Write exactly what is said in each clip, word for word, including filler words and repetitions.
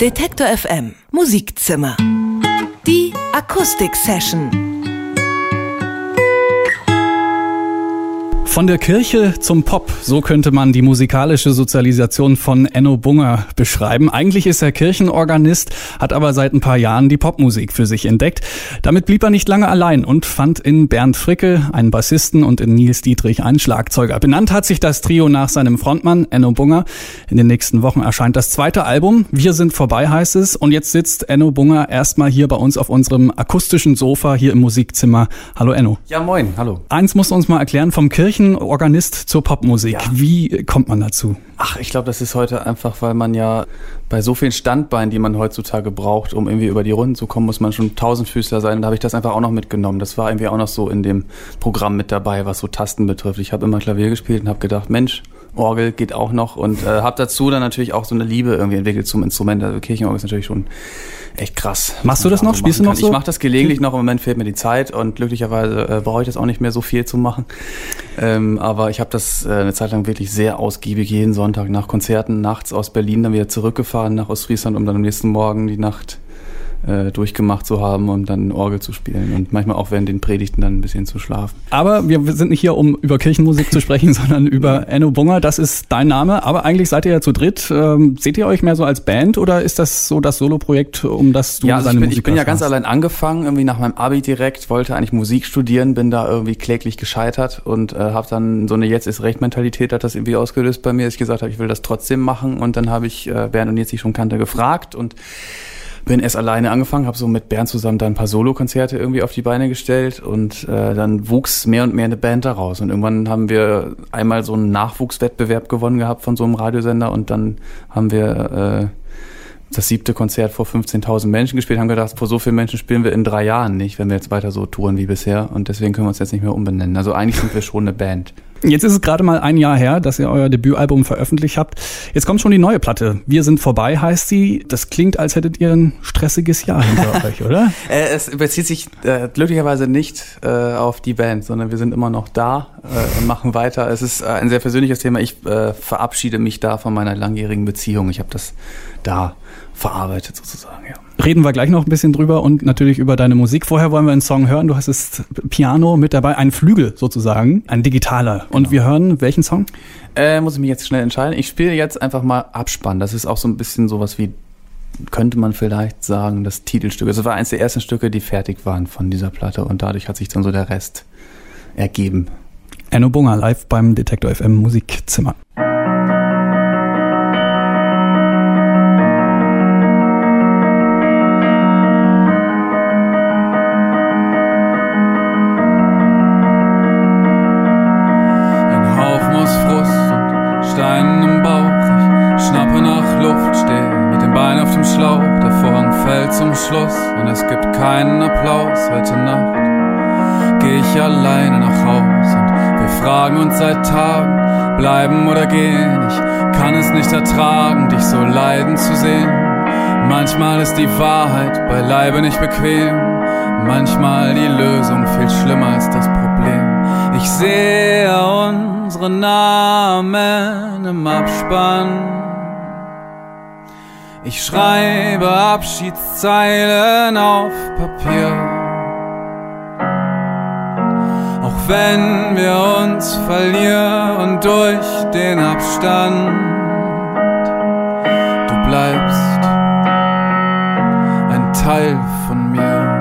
Detektor F M Musikzimmer. Die Akustik-Session. Von der Kirche zum Pop, so könnte man die musikalische Sozialisation von Enno Bunger beschreiben. Eigentlich ist er Kirchenorganist, hat aber seit ein paar Jahren die Popmusik für sich entdeckt. Damit blieb er nicht lange allein und fand in Bernd Fricke einen Bassisten und in Nils Dietrich einen Schlagzeuger. Benannt hat sich das Trio nach seinem Frontmann Enno Bunger. In den nächsten Wochen erscheint das zweite Album. Wir sind vorbei, heißt es. Und jetzt sitzt Enno Bunger erstmal hier bei uns auf unserem akustischen Sofa hier im Musikzimmer. Hallo Enno. Ja, moin, hallo. Eins musst du uns mal erklären, vom Kirchen Organist zur Popmusik. Ja. Wie kommt man dazu? Ach, ich glaube, das ist heute einfach, weil man ja bei so vielen Standbeinen, die man heutzutage braucht, um irgendwie über die Runden zu kommen, muss man schon Tausendfüßler sein. Und da habe ich das einfach auch noch mitgenommen. Das war irgendwie auch noch so in dem Programm mit dabei, was so Tasten betrifft. Ich habe immer Klavier gespielt und habe gedacht, Mensch, Orgel geht auch noch. Und äh, habe dazu dann natürlich auch so eine Liebe irgendwie entwickelt zum Instrument. Also Kirchenorgel ist natürlich schon echt krass. Machst du das noch? Spielst du noch so? Ich mache das gelegentlich noch. Im Moment fehlt mir die Zeit und glücklicherweise äh, brauche ich das auch nicht mehr so viel zu machen. Ähm, aber ich habe das äh, eine Zeit lang wirklich sehr ausgiebig jeden Sonntag nach Konzerten nachts aus Berlin dann wieder zurückgefahren nach Ostfriesland, um dann am nächsten Morgen die Nacht äh, durchgemacht zu haben und dann Orgel zu spielen und manchmal auch während den Predigten dann ein bisschen zu schlafen. Aber wir sind nicht hier, um über Kirchenmusik zu sprechen, sondern über Enno Bunger. Das ist dein Name, aber eigentlich seid ihr ja zu dritt. Ähm, seht ihr euch mehr so als Band oder ist das so das Soloprojekt, um das du ja, also seine ich bin, Musik ich bin ja hast? ganz allein angefangen, irgendwie nach meinem Abi direkt, wollte eigentlich Musik studieren, bin da irgendwie kläglich gescheitert und äh, habe dann so eine Jetzt-ist-Recht-Mentalität hat das irgendwie ausgelöst bei mir, dass ich gesagt habe, ich will das trotzdem machen und dann habe ich äh, Bernd und jetzt, die ich schon kannte, gefragt und bin erst alleine angefangen, habe so mit Bernd zusammen dann ein paar Solokonzerte irgendwie auf die Beine gestellt und äh, dann wuchs mehr und mehr eine Band daraus. Und irgendwann haben wir einmal so einen Nachwuchswettbewerb gewonnen gehabt von so einem Radiosender und dann haben wir äh, das siebte Konzert vor fünfzehntausend Menschen gespielt, haben gedacht, vor so vielen Menschen spielen wir in drei Jahren nicht, wenn wir jetzt weiter so touren wie bisher und deswegen können wir uns jetzt nicht mehr umbenennen. Also eigentlich sind wir schon eine Band. Jetzt ist es gerade mal ein Jahr her, dass ihr euer Debütalbum veröffentlicht habt. Jetzt kommt schon die neue Platte. Wir sind vorbei, heißt sie. Das klingt, als hättet ihr ein stressiges Jahr hinter euch, oder? Äh, es bezieht sich äh, glücklicherweise nicht äh, auf die Band, sondern wir sind immer noch da äh, und machen weiter. Es ist äh, ein sehr persönliches Thema. Ich äh, verabschiede mich da von meiner langjährigen Beziehung. Ich habe das da verarbeitet sozusagen, ja. Reden wir gleich noch ein bisschen drüber und natürlich über deine Musik. Vorher wollen wir einen Song hören. Du hast das Piano mit dabei, ein Flügel sozusagen, ein digitaler. Genau. Und wir hören welchen Song? Äh, muss ich mich jetzt schnell entscheiden. Ich spiele jetzt einfach mal Abspann. Das ist auch so ein bisschen sowas wie, könnte man vielleicht sagen, das Titelstück. Das war eines der ersten Stücke, die fertig waren von dieser Platte und dadurch hat sich dann so der Rest ergeben. Enno Bunger live beim Detektor F M Musikzimmer. Schluss und es gibt keinen Applaus. Heute Nacht geh ich alleine nach Haus und wir fragen uns seit Tagen, bleiben oder gehen. Ich kann es nicht ertragen, dich so leiden zu sehen. Manchmal ist die Wahrheit beileibe nicht bequem, manchmal die Lösung viel schlimmer als das Problem. Ich sehe unsere Namen im Abspann. Ich schreibe Abschiedszeilen auf Papier. Auch wenn wir uns verlieren durch den Abstand, du bleibst ein Teil von mir.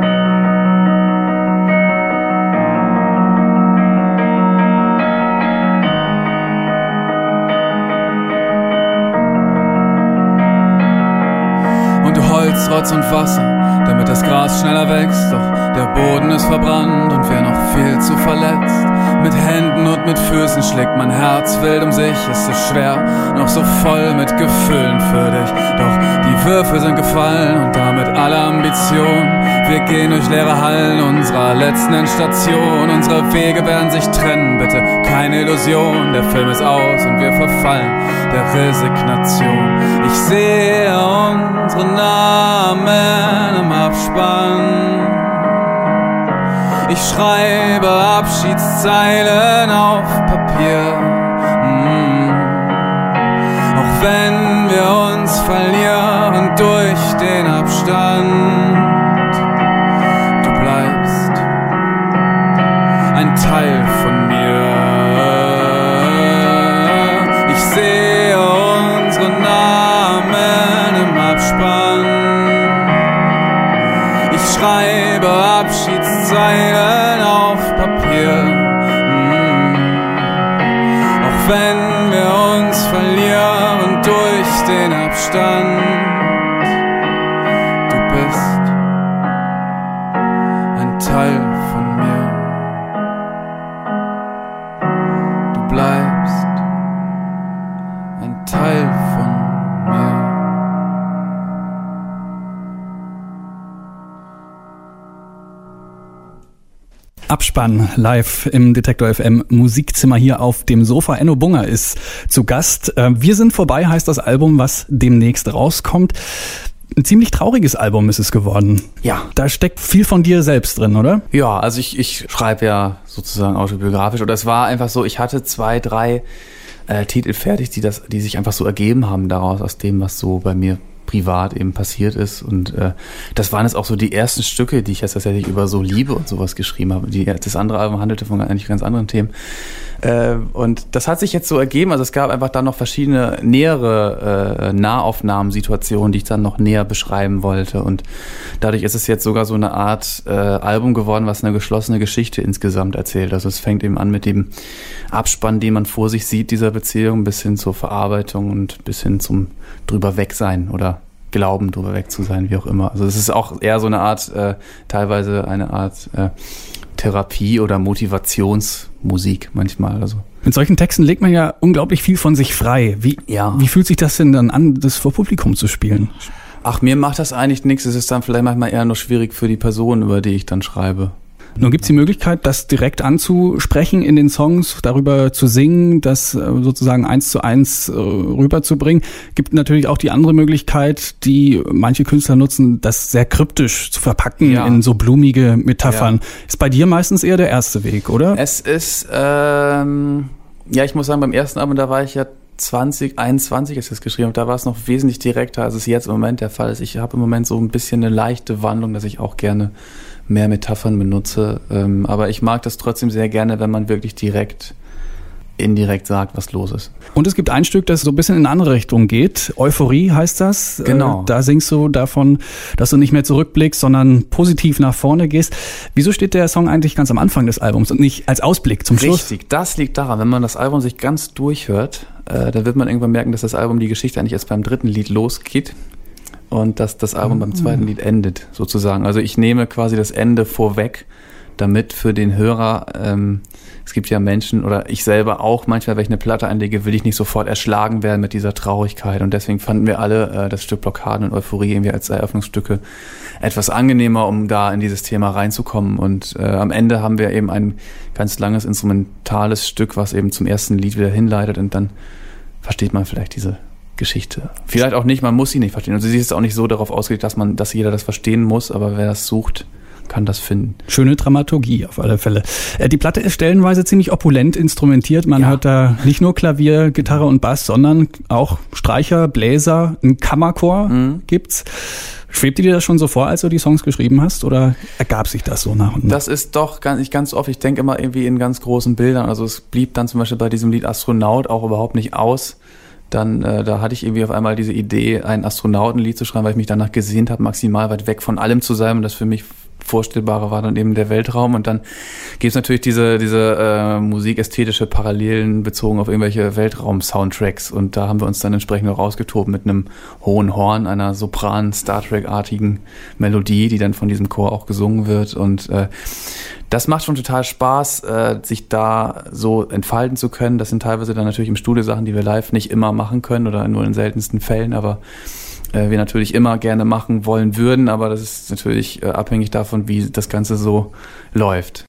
Holz, Rotz und Wasser, damit das Gras schneller wächst. Doch der Boden ist verbrannt und wir noch viel zu verletzt. Mit Händen und mit Füßen schlägt mein Herz wild um sich. Es ist schwer, noch so voll mit Gefühlen für dich. Doch die Würfel sind gefallen und damit alle Ambitionen. Wir gehen durch leere Hallen unserer letzten Endstation. Unsere Wege werden sich trennen, bitte keine Illusion. Der Film ist aus und wir verfallen der Resignation. Ich sehe unsere Namen im Abspann. Ich schreibe Abschiedszeilen auf Papier. Mm. Auch wenn wir uns verlieren Teil von mir. Ich sehe unsere Namen im Abspann. Ich schreibe Abschiedszeilen auf Papier. Mm. Auch wenn wir uns verlieren durch den Abstand. Du bist ein Teil von mir. Du bleibst ein Teil von mir. Abspann live im Detektor F M Musikzimmer hier auf dem Sofa. Enno Bunger ist zu Gast. Wir sind vorbei heißt das Album, was demnächst rauskommt. Ein ziemlich trauriges Album ist es geworden. Ja. Da steckt viel von dir selbst drin, oder? Ja, also ich, ich schreibe ja sozusagen autobiografisch. Oder es war einfach so, ich hatte zwei, drei äh, Titel fertig, die das, die sich einfach so ergeben haben daraus, aus dem, was so bei mir privat eben passiert ist. Und äh, das waren jetzt auch so die ersten Stücke, die ich jetzt tatsächlich über so Liebe und sowas geschrieben habe. Die, das andere Album handelte von eigentlich ganz anderen Themen. Äh, und das hat sich jetzt so ergeben. Also es gab einfach dann noch verschiedene nähere äh, Nahaufnahmensituationen, die ich dann noch näher beschreiben wollte. Und dadurch ist es jetzt sogar so eine Art äh, Album geworden, was eine geschlossene Geschichte insgesamt erzählt. Also es fängt eben an mit dem Abspann, den man vor sich sieht, dieser Beziehung, bis hin zur Verarbeitung und bis hin zum drüber weg sein oder glauben, drüber weg zu sein, wie auch immer. Also es ist auch eher so eine Art, äh, teilweise eine Art äh, Therapie oder Motivationsmusik manchmal. Also. Mit solchen Texten legt man ja unglaublich viel von sich frei. Wie, ja. wie fühlt sich das denn dann an, das vor Publikum zu spielen? Ach, mir macht das eigentlich nichts. Es ist dann vielleicht manchmal eher nur schwierig für die Person, über die ich dann schreibe. Nun gibt es die Möglichkeit, das direkt anzusprechen in den Songs, darüber zu singen, das sozusagen eins zu eins rüberzubringen. Gibt natürlich auch die andere Möglichkeit, die manche Künstler nutzen, das sehr kryptisch zu verpacken ja. in so blumige Metaphern. Ja. Ist bei dir meistens eher der erste Weg, oder? Es ist, ähm, ja, ich muss sagen, beim ersten Album, da war ich ja zwanzig einundzwanzig, als ich das geschrieben habe, da war es noch wesentlich direkter, als es jetzt im Moment der Fall ist. Ich habe im Moment so ein bisschen eine leichte Wandlung, dass ich auch gerne mehr Metaphern benutze. Ähm, aber ich mag das trotzdem sehr gerne, wenn man wirklich direkt, indirekt sagt, was los ist. Und es gibt ein Stück, das so ein bisschen in eine andere Richtung geht. Euphorie heißt das. Genau. Äh, da singst du davon, dass du nicht mehr zurückblickst, sondern positiv nach vorne gehst. Wieso steht der Song eigentlich ganz am Anfang des Albums und nicht als Ausblick zum Schluss? Richtig, das liegt daran, wenn man das Album sich ganz durchhört, äh, dann wird man irgendwann merken, dass das Album, die Geschichte eigentlich erst beim dritten Lied losgeht. Und dass das Album mhm. beim zweiten Lied endet, sozusagen. Also ich nehme quasi das Ende vorweg, damit für den Hörer, ähm, es gibt ja Menschen oder ich selber auch manchmal, wenn ich eine Platte einlege, will ich nicht sofort erschlagen werden mit dieser Traurigkeit. Und deswegen fanden wir alle äh, das Stück Blockaden und Euphorie irgendwie als Eröffnungsstücke etwas angenehmer, um da in dieses Thema reinzukommen. Und äh, am Ende haben wir eben ein ganz langes instrumentales Stück, was eben zum ersten Lied wieder hinleitet und dann versteht man vielleicht diese Geschichte. Vielleicht auch nicht, man muss sie nicht verstehen. Also sie ist auch nicht so darauf ausgelegt, dass man, dass jeder das verstehen muss, aber wer das sucht, kann das finden. Schöne Dramaturgie auf alle Fälle. Die Platte ist stellenweise ziemlich opulent instrumentiert. Man ja. hört da nicht nur Klavier, Gitarre und Bass, sondern auch Streicher, Bläser, ein Kammerchor mhm. gibt's. Schwebte dir das schon so vor, als du die Songs geschrieben hast, oder ergab sich das so nach und nach? Das ist doch ganz, nicht ganz oft. Ich denke immer irgendwie in ganz großen Bildern. Also es blieb dann zum Beispiel bei diesem Lied Astronaut auch überhaupt nicht aus. Dann, äh, da hatte ich irgendwie auf einmal diese Idee, ein Astronautenlied zu schreiben, weil ich mich danach gesehnt habe, maximal weit weg von allem zu sein. Und das für mich Vorstellbare war dann eben der Weltraum. Und dann gibt es natürlich diese, diese äh, musikästhetische Parallelen bezogen auf irgendwelche Weltraum-Soundtracks. Und da haben wir uns dann entsprechend auch rausgetobt mit einem hohen Horn, einer Sopran-Star Trek-artigen Melodie, die dann von diesem Chor auch gesungen wird. Und äh, das macht schon total Spaß, äh, sich da so entfalten zu können. Das sind teilweise dann natürlich im Studio Sachen, die wir live nicht immer machen können oder nur in seltensten Fällen, aber äh, wir natürlich immer gerne machen wollen würden. Aber das ist natürlich äh, abhängig davon, wie das Ganze so läuft.